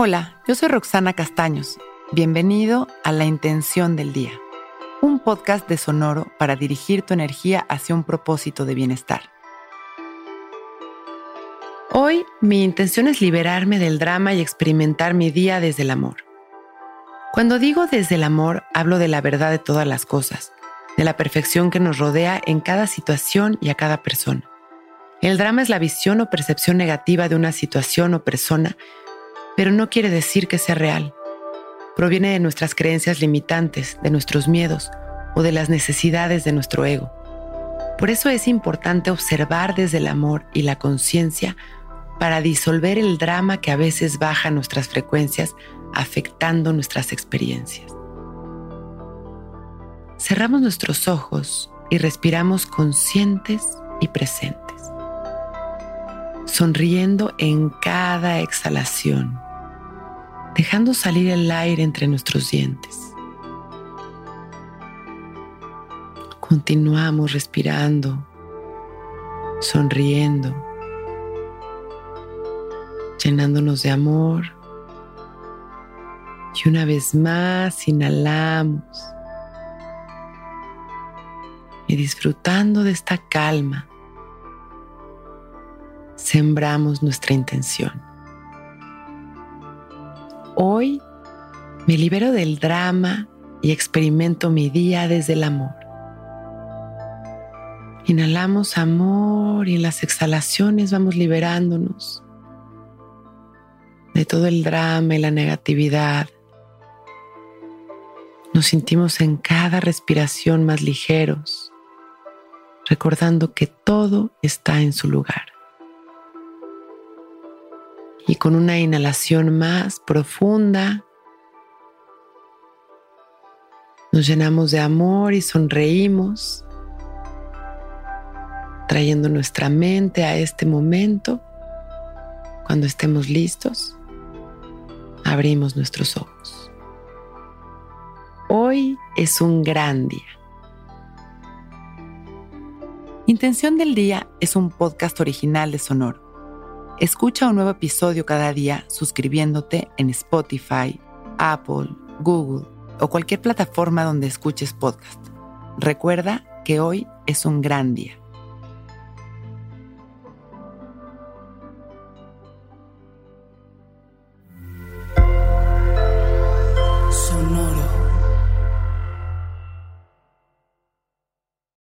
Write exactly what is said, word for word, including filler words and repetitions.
Hola, yo soy Roxana Castaños. Bienvenido a La Intención del Día, un podcast de Sonoro para dirigir tu energía hacia un propósito de bienestar. Hoy, mi intención es liberarme del drama y experimentar mi día desde el amor. Cuando digo desde el amor, hablo de la verdad de todas las cosas, de la perfección que nos rodea en cada situación y a cada persona. El drama es la visión o percepción negativa de una situación o persona, pero no quiere decir que sea real. Proviene de nuestras creencias limitantes, de nuestros miedos o de las necesidades de nuestro ego. Por eso es importante observar desde el amor y la conciencia para disolver el drama que a veces baja nuestras frecuencias, afectando nuestras experiencias. Cerramos nuestros ojos y respiramos conscientes y presentes, sonriendo en cada exhalación, dejando salir el aire entre nuestros dientes. Continuamos respirando, sonriendo, llenándonos de amor. Y una vez más inhalamos y disfrutando de esta calma, sembramos nuestra intención. Hoy me libero del drama y experimento mi día desde el amor. Inhalamos amor y en las exhalaciones vamos liberándonos de todo el drama y la negatividad. Nos sentimos en cada respiración más ligeros, recordando que todo está en su lugar. Y con una inhalación más profunda, nos llenamos de amor y sonreímos, trayendo nuestra mente a este momento. Cuando estemos listos, abrimos nuestros ojos. Hoy es un gran día. Intención del Día es un podcast original de Sonoro. Escucha un nuevo episodio cada día suscribiéndote en Spotify, Apple, Google o cualquier plataforma donde escuches podcast. Recuerda que hoy es un gran día.